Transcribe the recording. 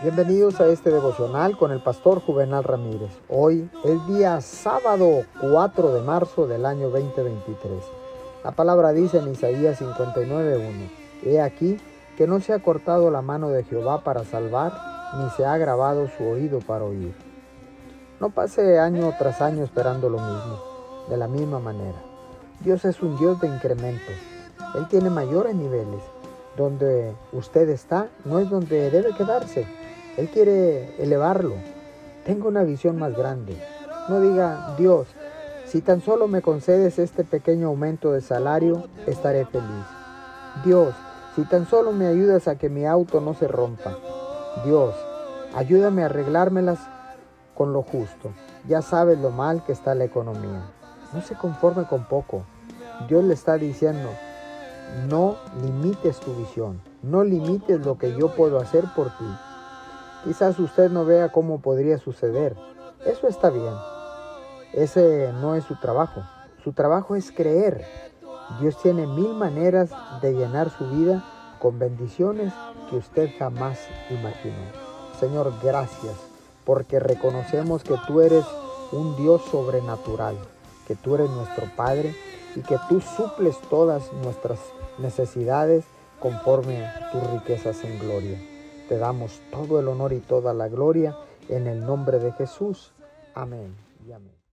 Bienvenidos a este devocional con el pastor Juvenal Ramírez. Hoy es día sábado 4 de marzo del año 2023. La palabra dice en Isaías 59:1: He aquí que no se ha cortado la mano de Jehová para salvar, ni se ha agravado su oído para oír. No pase año tras año esperando lo mismo, de la misma manera. Dios es un Dios de incremento. Él tiene mayores niveles. Donde usted está no es donde debe quedarse. Él quiere elevarlo. Tenga una visión más grande. No diga: Dios, si tan solo me concedes este pequeño aumento de salario, estaré feliz. Dios, si tan solo me ayudas a que mi auto no se rompa. Dios, ayúdame a arreglármelas con lo justo. Ya sabes lo mal que está la economía. No se conforme con poco. Dios le está diciendo: no limites tu visión, no limites lo que yo puedo hacer por ti. Quizás usted no vea cómo podría suceder. Eso está bien. Ese no es su trabajo. Su trabajo es creer. Dios tiene 1000 maneras de llenar su vida con bendiciones que usted jamás imaginó. Señor, gracias, porque reconocemos que tú eres un Dios sobrenatural, que tú eres nuestro Padre y que tú suples todas nuestras necesidades conforme a tus riquezas en gloria. Te damos todo el honor y toda la gloria en el nombre de Jesús. Amén y amén.